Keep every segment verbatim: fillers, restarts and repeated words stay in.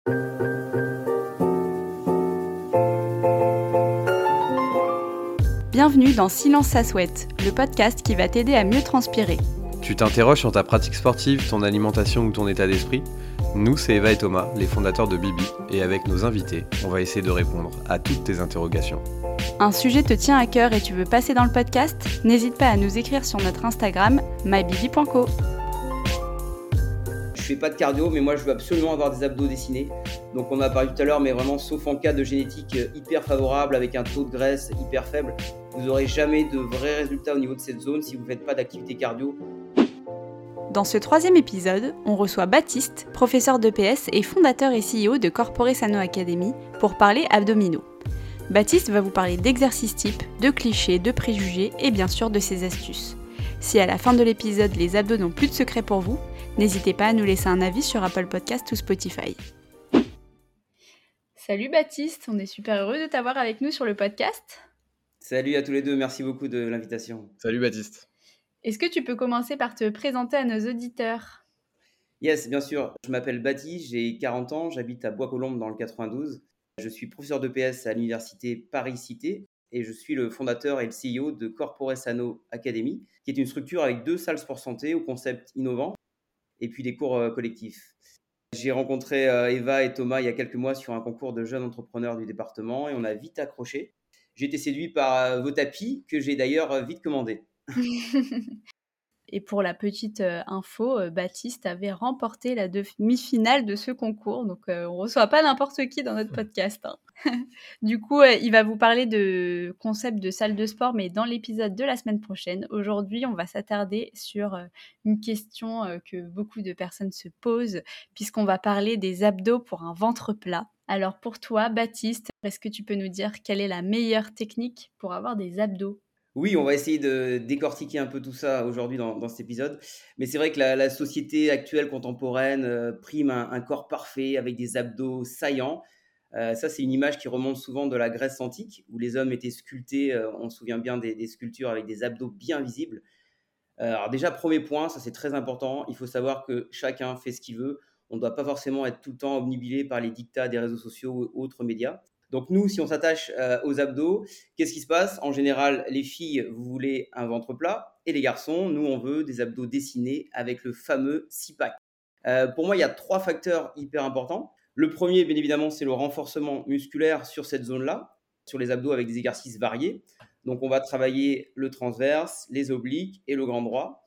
Bienvenue dans Silence ça souhaite, le podcast qui va t'aider à mieux transpirer. Tu t'interroges sur ta pratique sportive, ton alimentation ou ton état d'esprit ? Nous, c'est Eva et Thomas, les fondateurs de Bibi, et avec nos invités, on va essayer de répondre à toutes tes interrogations. Un sujet te tient à cœur et tu veux passer dans le podcast ? N'hésite pas à nous écrire sur notre Instagram my bibi point co. Je fais pas de cardio, mais moi je veux absolument avoir des abdos dessinés. Donc on en a parlé tout à l'heure, mais vraiment sauf en cas de génétique hyper favorable avec un taux de graisse hyper faible, vous n'aurez jamais de vrais résultats au niveau de cette zone si vous ne faites pas d'activité cardio. Dans ce troisième épisode, on reçoit Baptiste, professeur d'E P S et fondateur et C E O de Corpore Sano Academy, pour parler abdominaux. Baptiste va vous parler d'exercices types, de clichés, de préjugés et bien sûr de ses astuces. Si à la fin de l'épisode les abdos n'ont plus de secret pour vous, n'hésitez pas à nous laisser un avis sur Apple Podcast ou Spotify. Salut Baptiste, on est super heureux de t'avoir avec nous sur le podcast. Salut à tous les deux, merci beaucoup de l'invitation. Salut Baptiste. Est-ce que tu peux commencer par te présenter à nos auditeurs ? Yes, bien sûr. Je m'appelle Baptiste, j'ai quarante ans, j'habite à Bois-Colombes dans le quatre-vingt-douze. Je suis professeur d'E P S à l'université Paris-Cité et je suis le fondateur et le C E O de Corpore Sano Academy, qui est une structure avec deux salles sport santé au concept innovant et puis des cours euh, collectifs. J'ai rencontré euh, Eva et Thomas il y a quelques mois sur un concours de jeunes entrepreneurs du département et on a vite accroché. J'ai été séduit par euh, vos tapis que j'ai d'ailleurs euh, vite commandés. Et pour la petite euh, info, euh, Baptiste avait remporté la demi-finale de ce concours, donc euh, on ne reçoit pas n'importe qui dans notre podcast. Hein. Du coup, euh, il va vous parler de concept de salle de sport, mais dans l'épisode de la semaine prochaine. Aujourd'hui, on va s'attarder sur euh, une question euh, que beaucoup de personnes se posent, puisqu'on va parler des abdos pour un ventre plat. Alors pour toi, Baptiste, est-ce que tu peux nous dire quelle est la meilleure technique pour avoir des abdos ? Oui, on va essayer de décortiquer un peu tout ça aujourd'hui dans, dans cet épisode. Mais c'est vrai que la, la société actuelle contemporaine euh, prime un, un corps parfait avec des abdos saillants. Euh, ça, c'est une image qui remonte souvent de la Grèce antique où les hommes étaient sculptés. Euh, on se souvient bien des, des sculptures avec des abdos bien visibles. Euh, alors déjà, premier point, ça c'est très important. Il faut savoir que chacun fait ce qu'il veut. On ne doit pas forcément être tout le temps obnubilé par les dictats des réseaux sociaux ou autres médias. Donc nous, si on s'attache euh, aux abdos, qu'est-ce qui se passe ? En général, les filles, vous voulez un ventre plat et les garçons, nous, on veut des abdos dessinés avec le fameux six-pack. Euh, pour moi, il y a trois facteurs hyper importants. Le premier, bien évidemment, c'est le renforcement musculaire sur cette zone-là, sur les abdos avec des exercices variés. Donc on va travailler le transverse, les obliques et le grand droit.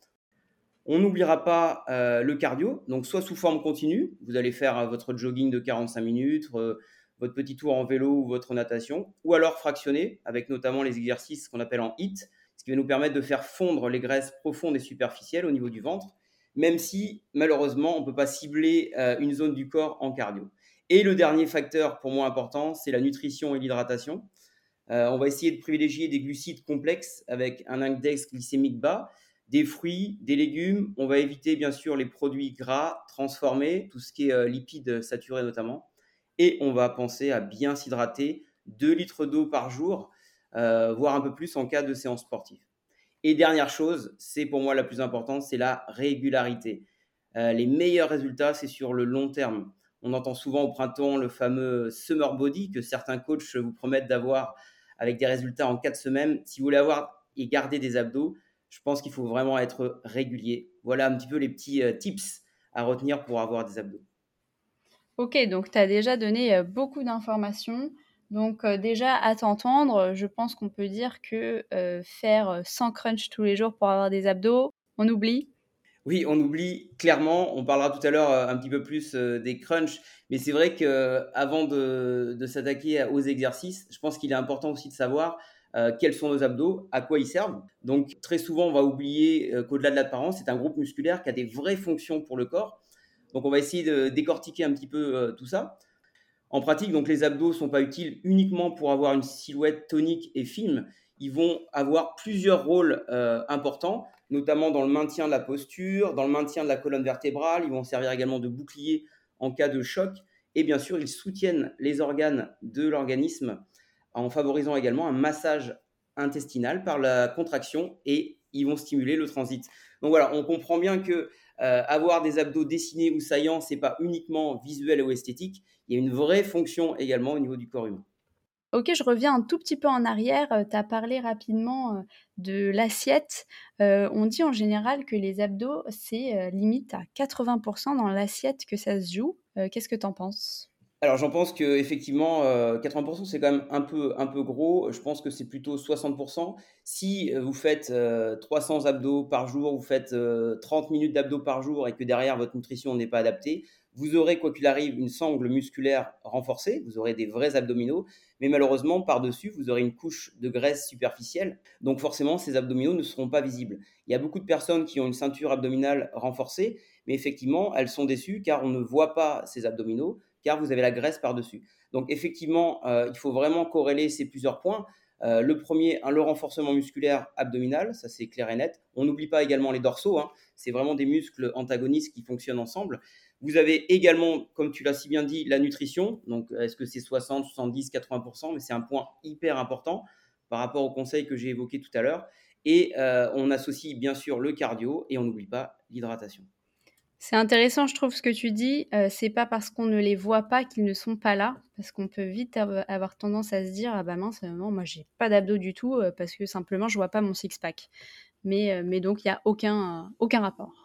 On n'oubliera pas euh, le cardio, donc soit sous forme continue, vous allez faire euh, votre jogging de quarante-cinq minutes, euh, votre petit tour en vélo ou votre natation, ou alors fractionné, avec notamment les exercices qu'on appelle en H I I T, ce qui va nous permettre de faire fondre les graisses profondes et superficielles au niveau du ventre, même si malheureusement on ne peut pas cibler euh, une zone du corps en cardio. Et le dernier facteur pour moi important, c'est la nutrition et l'hydratation. Euh, on va essayer de privilégier des glucides complexes avec un index glycémique bas, des fruits, des légumes. On va éviter bien sûr les produits gras transformés, tout ce qui est euh, lipides saturés notamment. Et on va penser à bien s'hydrater, deux litres d'eau par jour, euh, voire un peu plus en cas de séance sportive. Et dernière chose, c'est pour moi la plus importante, c'est la régularité. Euh, les meilleurs résultats, c'est sur le long terme. On entend souvent au printemps le fameux summer body que certains coachs vous promettent d'avoir avec des résultats en quatre semaines. Si vous voulez avoir et garder des abdos, je pense qu'il faut vraiment être régulier. Voilà un petit peu les petits euh, tips à retenir pour avoir des abdos. Ok, donc tu as déjà donné euh, beaucoup d'informations. Donc euh, déjà, à t'entendre, je pense qu'on peut dire que euh, faire cent crunch tous les jours pour avoir des abdos, on oublie. Oui, on oublie clairement. On parlera tout à l'heure euh, un petit peu plus euh, des crunchs. Mais c'est vrai qu'avant de, de s'attaquer aux exercices, je pense qu'il est important aussi de savoir euh, quels sont nos abdos, à quoi ils servent. Donc très souvent, on va oublier euh, qu'au-delà de l'apparence, c'est un groupe musculaire qui a des vraies fonctions pour le corps. Donc on va essayer de décortiquer un petit peu euh, tout ça. En pratique, donc les abdos ne sont pas utiles uniquement pour avoir une silhouette tonique et fine. Ils vont avoir plusieurs rôles euh, importants, notamment dans le maintien de la posture, dans le maintien de la colonne vertébrale. Ils vont servir également de bouclier en cas de choc. Et bien sûr, ils soutiennent les organes de l'organisme en favorisant également un massage intestinal par la contraction et ils vont stimuler le transit. Donc voilà, on comprend bien que euh, avoir des abdos dessinés ou saillants, c'est pas uniquement visuel ou esthétique. Il y a une vraie fonction également au niveau du corps humain. Ok, je reviens un tout petit peu en arrière. Tu as parlé rapidement euh, de l'assiette. Euh, on dit en général que les abdos, c'est euh, limite à quatre-vingts pour cent dans l'assiette que ça se joue. Euh, qu'est-ce que tu en penses? Alors j'en pense qu'effectivement, euh, quatre-vingts pour cent c'est quand même un peu, un peu gros. Je pense que c'est plutôt soixante pour cent. Si euh, vous faites euh, trois cents abdos par jour, vous faites euh, trente minutes d'abdos par jour et que derrière votre nutrition n'est pas adaptée, vous aurez quoi qu'il arrive une sangle musculaire renforcée, vous aurez des vrais abdominaux, mais malheureusement par-dessus vous aurez une couche de graisse superficielle. Donc forcément ces abdominaux ne seront pas visibles. Il y a beaucoup de personnes qui ont une ceinture abdominale renforcée, mais effectivement elles sont déçues car on ne voit pas ces abdominaux, car vous avez la graisse par-dessus. Donc effectivement, euh, il faut vraiment corréler ces plusieurs points. Euh, le premier, hein, le renforcement musculaire abdominal, ça c'est clair et net. On n'oublie pas également les dorsaux, hein. C'est vraiment des muscles antagonistes qui fonctionnent ensemble. Vous avez également, comme tu l'as si bien dit, la nutrition. Donc est-ce que c'est soixante, soixante-dix, quatre-vingts pour cent? Mais c'est un point hyper important par rapport aux conseils que j'ai évoqués tout à l'heure. Et euh, on associe bien sûr le cardio et on n'oublie pas l'hydratation. C'est intéressant, je trouve, ce que tu dis. Euh, c'est pas parce qu'on ne les voit pas qu'ils ne sont pas là, parce qu'on peut vite av- avoir tendance à se dire ah bah mince, non, moi j'ai pas d'abdos du tout euh, parce que simplement je vois pas mon six-pack. Mais, euh, mais donc il y a aucun, euh, aucun rapport.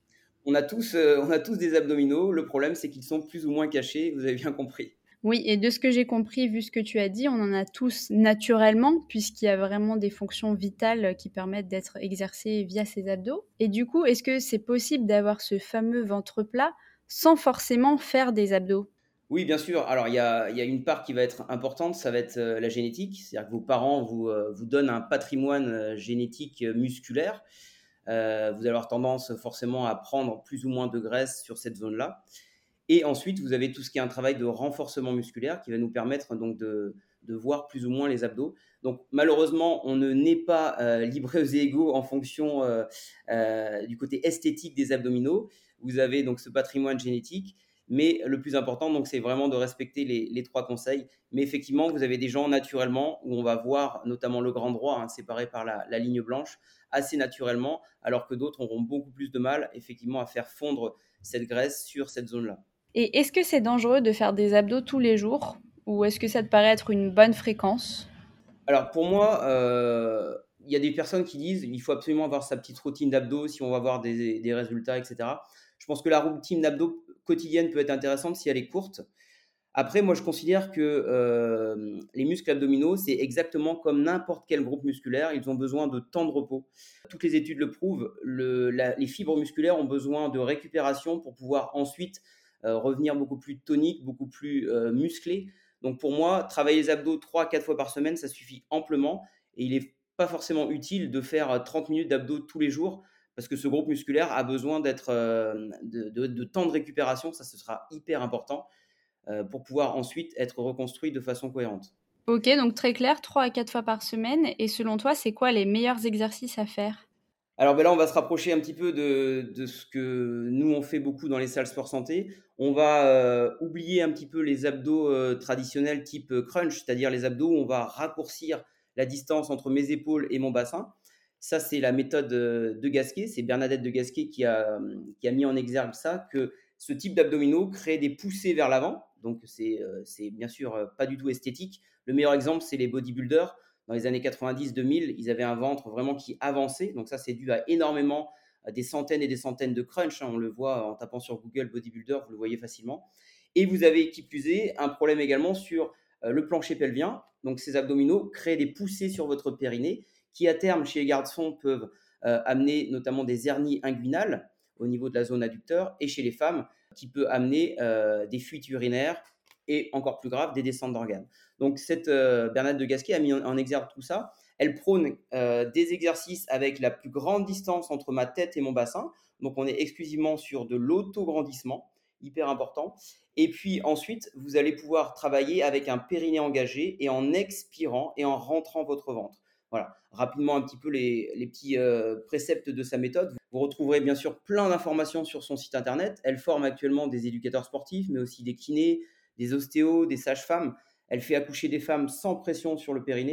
On a tous, euh, on a tous des abdominaux. Le problème, c'est qu'ils sont plus ou moins cachés. Vous avez bien compris. Oui, et de ce que j'ai compris, vu ce que tu as dit, on en a tous naturellement, puisqu'il y a vraiment des fonctions vitales qui permettent d'être exercées via ces abdos. Et du coup, est-ce que c'est possible d'avoir ce fameux ventre plat sans forcément faire des abdos? Oui, bien sûr. Alors, il y a, il y a une part qui va être importante, ça va être euh, la génétique. C'est-à-dire que vos parents vous, euh, vous donnent un patrimoine euh, génétique euh, musculaire. Euh, vous allez avoir tendance forcément à prendre plus ou moins de graisse sur cette zone-là. Et ensuite, vous avez tout ce qui est un travail de renforcement musculaire qui va nous permettre donc de, de voir plus ou moins les abdos. Donc, malheureusement, on ne naît pas euh, libre et égaux en fonction euh, euh, du côté esthétique des abdominaux. Vous avez donc ce patrimoine génétique. Mais le plus important, donc, c'est vraiment de respecter les, les trois conseils. Mais effectivement, vous avez des gens naturellement où on va voir notamment le grand droit, hein, séparé par la, la ligne blanche, assez naturellement, alors que d'autres auront beaucoup plus de mal, effectivement, à faire fondre cette graisse sur cette zone-là. Et est-ce que c'est dangereux de faire des abdos tous les jours? Ou est-ce que ça te paraît être une bonne fréquence? Alors pour moi, euh, il y a des personnes qui disent il faut absolument avoir sa petite routine d'abdos si on va avoir des, des résultats, et cetera. Je pense que la routine d'abdos quotidienne peut être intéressante si elle est courte. Après, moi, je considère que euh, les muscles abdominaux, c'est exactement comme n'importe quel groupe musculaire. Ils ont besoin de temps de repos. Toutes les études le prouvent. Le, la- les fibres musculaires ont besoin de récupération pour pouvoir ensuite euh, revenir beaucoup plus toniques, beaucoup plus euh, musclés. Donc, pour moi, travailler les abdos trois à quatre fois par semaine, ça suffit amplement. Et il n'est pas forcément utile de faire trente minutes d'abdos tous les jours parce que ce groupe musculaire a besoin d'être, euh, de, de- de temps de récupération. Ça, ce sera hyper important euh, pour pouvoir ensuite être reconstruit de façon cohérente. Ok, donc très clair, trois à quatre fois par semaine. Et selon toi, c'est quoi les meilleurs exercices à faire? Alors ben là, on va se rapprocher un petit peu de, de ce que nous, on fait beaucoup dans les salles sport santé. On va euh, oublier un petit peu les abdos euh, traditionnels type euh, crunch, c'est-à-dire les abdos où on va raccourcir la distance entre mes épaules et mon bassin. Ça, c'est la méthode euh, de Gasquet. C'est Bernadette de Gasquet qui a, qui a mis en exergue ça, que ce type d'abdominaux crée des poussées vers l'avant. Donc, c'est euh, c'est bien sûr euh, pas du tout esthétique. Le meilleur exemple, c'est les bodybuilders. Dans les années quatre-vingt-dix deux mille, ils avaient un ventre vraiment qui avançait. Donc ça, c'est dû à énormément à des centaines et des centaines de crunch, hein. On le voit en tapant sur Google bodybuilder, vous le voyez facilement. Et vous avez, qui plus est, un problème également sur euh, le plancher pelvien. Donc ces abdominaux créent des poussées sur votre périnée qui, à terme, chez les garçons, peuvent euh, amener notamment des hernies inguinales au niveau de la zone adducteur, et chez les femmes, qui peut amener euh, des fuites urinaires et, encore plus grave, des descentes d'organes. Donc, cette euh, Bernadette de Gasquet a mis en, en exergue tout ça. Elle prône euh, des exercices avec la plus grande distance entre ma tête et mon bassin. Donc, on est exclusivement sur de l'autograndissement, hyper important. Et puis ensuite, vous allez pouvoir travailler avec un périnée engagé et en expirant et en rentrant votre ventre. Voilà, rapidement un petit peu les, les petits euh, préceptes de sa méthode. Vous retrouverez bien sûr plein d'informations sur son site internet. Elle forme actuellement des éducateurs sportifs, mais aussi des kinés, des ostéos, des sages-femmes. Elle fait accoucher des femmes sans pression sur le périnée.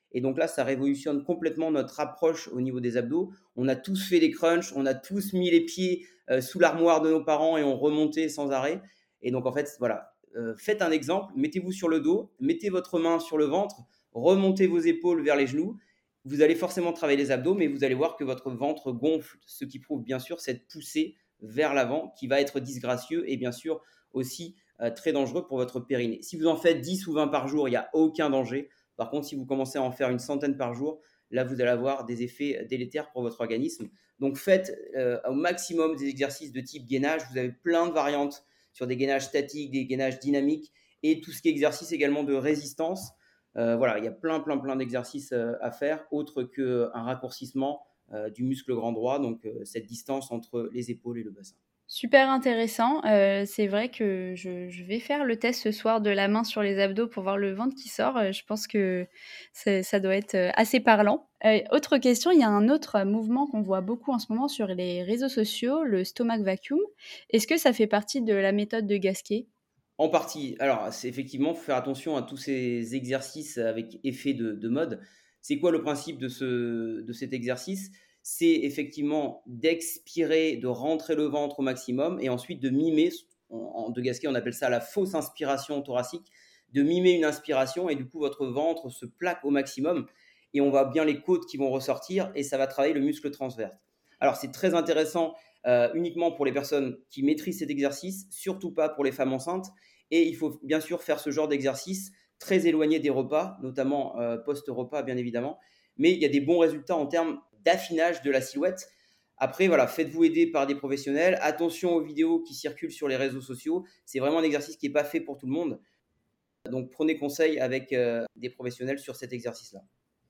Et donc là, ça révolutionne complètement notre approche au niveau des abdos. On a tous fait des crunchs, on a tous mis les pieds euh, sous l'armoire de nos parents et on remontait sans arrêt. Et donc en fait, voilà, euh, faites un exemple, mettez-vous sur le dos, mettez votre main sur le ventre, remontez vos épaules vers les genoux. Vous allez forcément travailler les abdos, mais vous allez voir que votre ventre gonfle, ce qui prouve bien sûr cette poussée vers l'avant qui va être disgracieux et bien sûr aussi euh, très dangereux pour votre périnée. Si vous en faites dix ou vingt par jour, il n'y a aucun danger. Par contre, si vous commencez à en faire une centaine par jour, là, vous allez avoir des effets délétères pour votre organisme. Donc, faites euh, au maximum des exercices de type gainage. Vous avez plein de variantes sur des gainages statiques, des gainages dynamiques et tout ce qui est exercice également de résistance. Euh, voilà, il y a plein, plein, plein d'exercices euh, à faire, autre qu'un raccourcissement euh, du muscle grand droit, donc euh, cette distance entre les épaules et le bassin. Super intéressant. Euh, c'est vrai que je, je vais faire le test ce soir de la main sur les abdos pour voir le ventre qui sort. Euh, je pense que c'est- ça doit être euh, assez parlant. Euh, autre question, il y a un autre mouvement qu'on voit beaucoup en ce moment sur les réseaux sociaux, le stomach vacuum. Est-ce que ça fait partie de la méthode de Gasquet? En partie. Alors, c'est effectivement, faut faire attention à tous ces exercices avec effet de, de mode. C'est quoi le principe de, ce, de cet exercice? C'est effectivement d'expirer, de rentrer le ventre au maximum et ensuite de mimer, en, en- de Gasquet, on appelle ça la fausse inspiration thoracique, de mimer une inspiration et du coup, votre ventre se plaque au maximum et on voit bien les côtes qui vont ressortir et ça va travailler le muscle transverse. Alors, c'est très intéressant euh, uniquement pour les personnes qui maîtrisent cet exercice, surtout pas pour les femmes enceintes. Et il faut bien sûr faire ce genre d'exercice très éloigné des repas, notamment euh, post-repas bien évidemment. Mais il y a des bons résultats en termes d'affinage de la silhouette. Après, voilà, faites-vous aider par des professionnels. Attention aux vidéos qui circulent sur les réseaux sociaux. C'est vraiment un exercice qui n'est pas fait pour tout le monde. Donc prenez conseil avec euh, des professionnels sur cet exercice-là.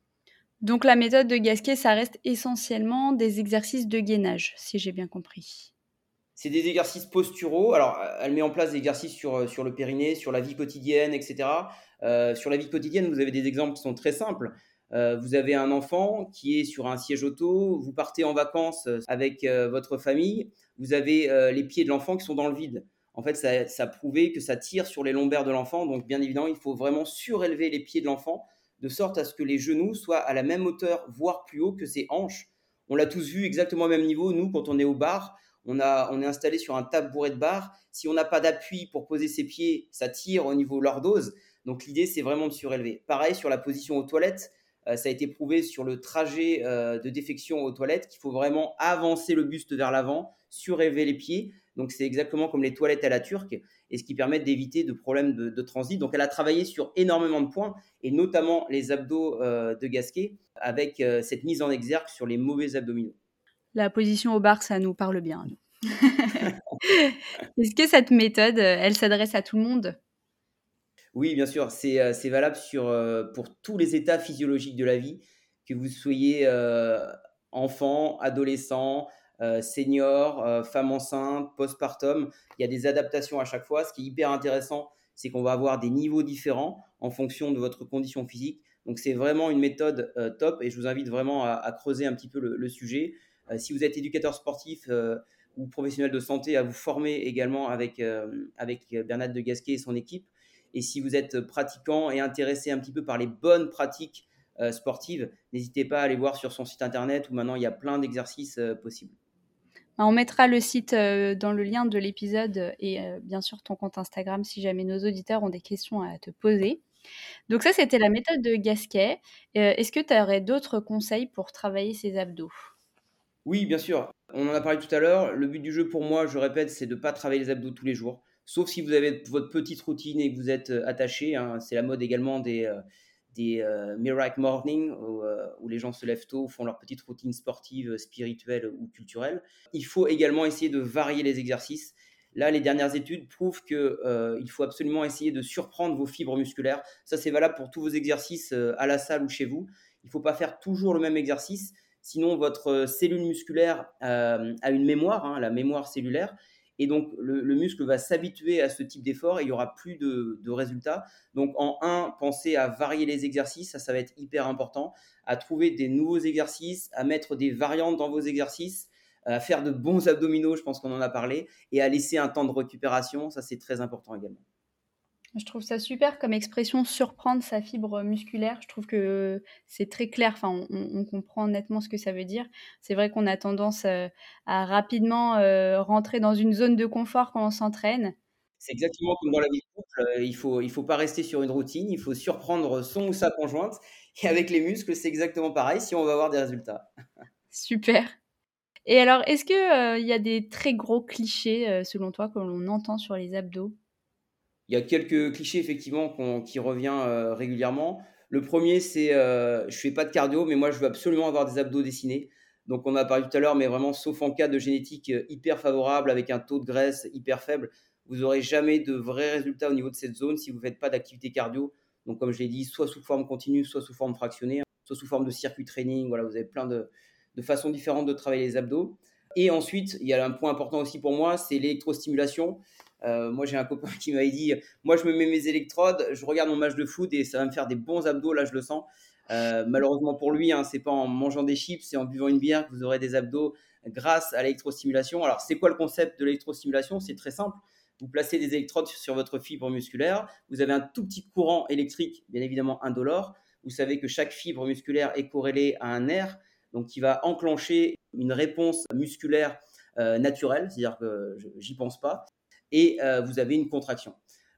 Donc la méthode de Gasquet, ça reste essentiellement des exercices de gainage, si j'ai bien compris. C'est des exercices posturaux. Alors, elle met en place des exercices sur, sur le périnée, sur la vie quotidienne, et cetera. Euh, sur la vie quotidienne, vous avez des exemples qui sont très simples. Euh, vous avez un enfant qui est sur un siège auto, vous partez en vacances avec euh, votre famille, vous avez euh, les pieds de l'enfant qui sont dans le vide. En fait, ça, ça a prouvé que ça tire sur les lombaires de l'enfant. Donc, bien évidemment, il faut vraiment surélever les pieds de l'enfant de sorte à ce que les genoux soient à la même hauteur, voire plus haut que ses hanches. On l'a tous vu exactement au même niveau, nous, quand on est au bar. On, a, on est installé sur un tabouret de bar. Si on n'a pas d'appui pour poser ses pieds, ça tire au niveau lordose. Donc l'idée, c'est vraiment de surélever. Pareil sur la position aux toilettes. Euh, ça a été prouvé sur le trajet euh, de défection aux toilettes qu'il faut vraiment avancer le buste vers l'avant, surélever les pieds. Donc c'est exactement comme les toilettes à la turque, et ce qui permet d'éviter de problèmes de, de transit. Donc elle a travaillé sur énormément de points, et notamment les abdos euh, de Gasquet, avec euh, cette mise en exergue sur les mauvais abdominaux. La position au bar, ça nous parle bien, nous. Est-ce que cette méthode, euh, elle s'adresse à tout le monde? Oui, bien sûr, c'est euh, c'est valable sur, euh, pour tous les états physiologiques de la vie, que vous soyez euh, enfant, adolescent, euh, senior, euh, femme enceinte, postpartum. Il y a des adaptations à chaque fois. Ce qui est hyper intéressant, c'est qu'on va avoir des niveaux différents en fonction de votre condition physique. Donc, c'est vraiment une méthode euh, top et je vous invite vraiment à, à creuser un petit peu le, le sujet. Euh, si vous êtes éducateur sportif euh, ou professionnel de santé, à vous former également avec, euh, avec Bernard de Gasquet et son équipe. Et si vous êtes pratiquant et intéressé un petit peu par les bonnes pratiques euh, sportives, n'hésitez pas à aller voir sur son site internet où maintenant il y a plein d'exercices euh, possibles. On mettra le site euh, dans le lien de l'épisode et euh, bien sûr ton compte Instagram si jamais nos auditeurs ont des questions à te poser. Donc ça, c'était la méthode de Gasquet. Euh, est-ce que tu aurais d'autres conseils pour travailler ses abdos? Oui, bien sûr. On en a parlé tout à l'heure. Le but du jeu pour moi, je répète, c'est de ne pas travailler les abdos tous les jours. Sauf si vous avez votre petite routine et que vous êtes euh, attaché. Hein. C'est la mode également des, euh, des euh, Miracle Morning où, euh, où les gens se lèvent tôt, font leur petite routine sportive, spirituelle ou culturelle. Il faut également essayer de varier les exercices. Là, les dernières études prouvent qu'il euh, faut absolument essayer de surprendre vos fibres musculaires. Ça, c'est valable pour tous vos exercices euh, à la salle ou chez vous. Il ne faut pas faire toujours le même exercice. Sinon, votre cellule musculaire euh, a une mémoire, hein, la mémoire cellulaire, et donc le, le muscle va s'habituer à ce type d'effort et il n'y aura plus de, de résultats. Donc en un, pensez à varier les exercices, ça, ça va être hyper important, à trouver des nouveaux exercices, à mettre des variantes dans vos exercices, à faire de bons abdominaux, je pense qu'on en a parlé, et à laisser un temps de récupération, ça c'est très important également. Je trouve ça super comme expression, surprendre sa fibre musculaire. Je trouve que c'est très clair, enfin, on, on- on comprend nettement ce que ça veut dire. C'est vrai qu'on a tendance euh, à rapidement euh, rentrer dans une zone de confort quand on s'entraîne. C'est exactement comme dans la vie de couple, heu, il faut il faut pas rester sur une routine, il faut surprendre son ou sa conjointe et avec les muscles, c'est exactement pareil si on veut avoir des résultats. Super. Et alors, est-ce que euh, il y a des très gros clichés, euh, selon toi, que l'on entend sur les abdos? Il y a quelques clichés effectivement qu'on qui revient, heu, régulièrement. Le premier c'est, heu, je fais pas de cardio, mais moi je veux absolument avoir des abdos dessinés. Donc on a parlé tout à l'heure, mais vraiment sauf en cas de génétique, heu, hyper favorable avec un taux de graisse hyper faible, vous aurez jamais de vrais résultats au niveau de cette zone si vous faites pas d'activité cardio. Donc comme je l'ai dit, soit sous forme continue, soit sous forme fractionnée, hein, soit sous forme de circuit training. Voilà, vous avez plein de de façons différentes de travailler les abdos. Et ensuite, il y a un point important aussi pour moi, c'est l'électrostimulation. Heu, moi j'ai un copain qui m'avait dit: moi, je me mets mes électrodes, je regarde mon match de foot et ça va me faire des bons abdos, là, je le sens. Euh, malheureusement pour lui, hein, c'est pas en mangeant des chips, c'est en buvant une bière que vous aurez des abdos grâce à l'électrostimulation. Alors, c'est quoi le concept de l'électrostimulation? C'est très simple. Vous placez des électrodes sur votre fibre musculaire, vous avez un tout petit courant électrique, bien évidemment indolore. Vous savez que chaque fibre musculaire est corrélée à un nerf, donc qui va enclencher une réponse musculaire euh, naturelle, c'est-à-dire que je- j'y pense pas, et euh, vous avez une contraction.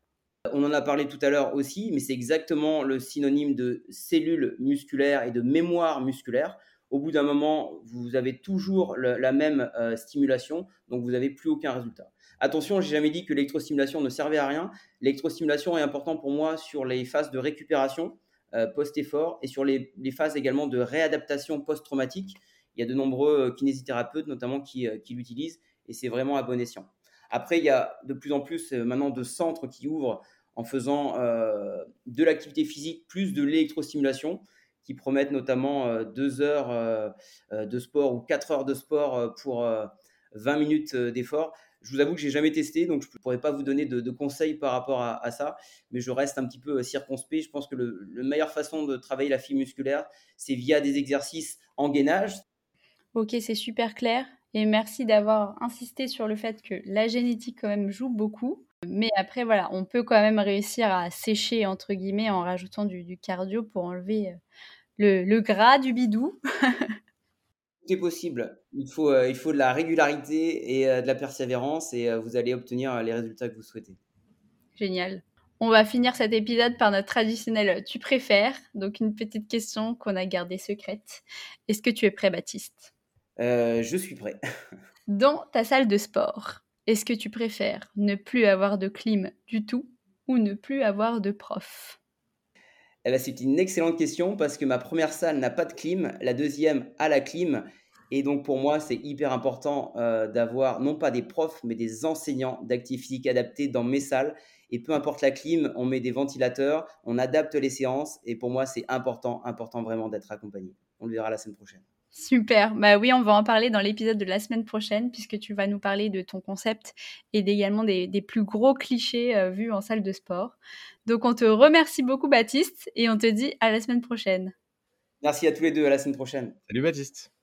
On en a parlé tout à l'heure aussi, mais c'est exactement le synonyme de cellules musculaires et de mémoire musculaire. Au bout d'un moment, vous avez toujours le- la même euh, stimulation, donc vous n'avez plus aucun résultat. Attention, j'ai jamais dit que l'électrostimulation ne servait à rien. L'électrostimulation est important pour moi sur les phases de récupération euh, post-effort et sur les, les phases également de réadaptation post-traumatique. Il y a de nombreux euh, kinésithérapeutes notamment qui, euh, qui l'utilisent et c'est vraiment à bon escient. Après, il y a de plus en plus euh, maintenant de centres qui ouvrent en faisant euh, de l'activité physique plus de l'électrostimulation, qui promettent notamment euh, deux heures euh, euh, de sport ou quatre heures de sport euh, pour euh, vingt minutes euh, d'effort. Je vous avoue que j'ai jamais testé, donc je ne pourrais pas vous donner de, de conseils par rapport à, à ça, mais je reste un petit peu euh, circonspect. Je pense que le, le meilleure façon de travailler la fibre musculaire, c'est via des exercices en gainage. Ok, c'est super clair. Et merci d'avoir insisté sur le fait que la génétique quand même joue beaucoup. Mais après, voilà, on peut quand même réussir à sécher, entre guillemets, en rajoutant du, du cardio pour enlever euh, le, le gras du bidou. Tout est possible. Il faut, euh, il faut de la régularité et euh, de la persévérance et euh, vous allez obtenir euh, les résultats que vous souhaitez. Génial. On va finir cet épisode par notre traditionnel tu préfères. Donc une petite question qu'on a gardée secrète. Est-ce que tu es prêt, Baptiste? Euh, je suis prêt. Dans ta salle de sport, est-ce que tu préfères ne plus avoir de clim du tout ou ne plus avoir de prof? Eh ben, c'est une excellente question parce que ma première salle n'a pas de clim, la deuxième a la clim. Et donc pour moi, c'est hyper important euh, d'avoir non pas des profs, mais des enseignants d'activité physique adaptée dans mes salles. Et peu importe la clim, on met des ventilateurs, on adapte les séances. Et pour moi, c'est important, important vraiment d'être accompagné. On le verra la semaine prochaine. Super, bah oui, on va en parler dans l'épisode de la semaine prochaine puisque tu vas nous parler de ton concept et également des, des plus gros clichés euh, vus en salle de sport. Donc on te remercie beaucoup Baptiste et on te dit à la semaine prochaine. Merci à tous les deux, à la semaine prochaine. Salut Baptiste.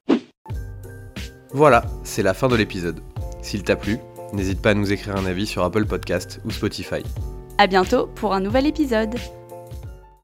Voilà, c'est la fin de l'épisode. S'il t'a plu, n'hésite pas à nous écrire un avis sur Apple Podcast ou Spotify. À bientôt pour un nouvel épisode.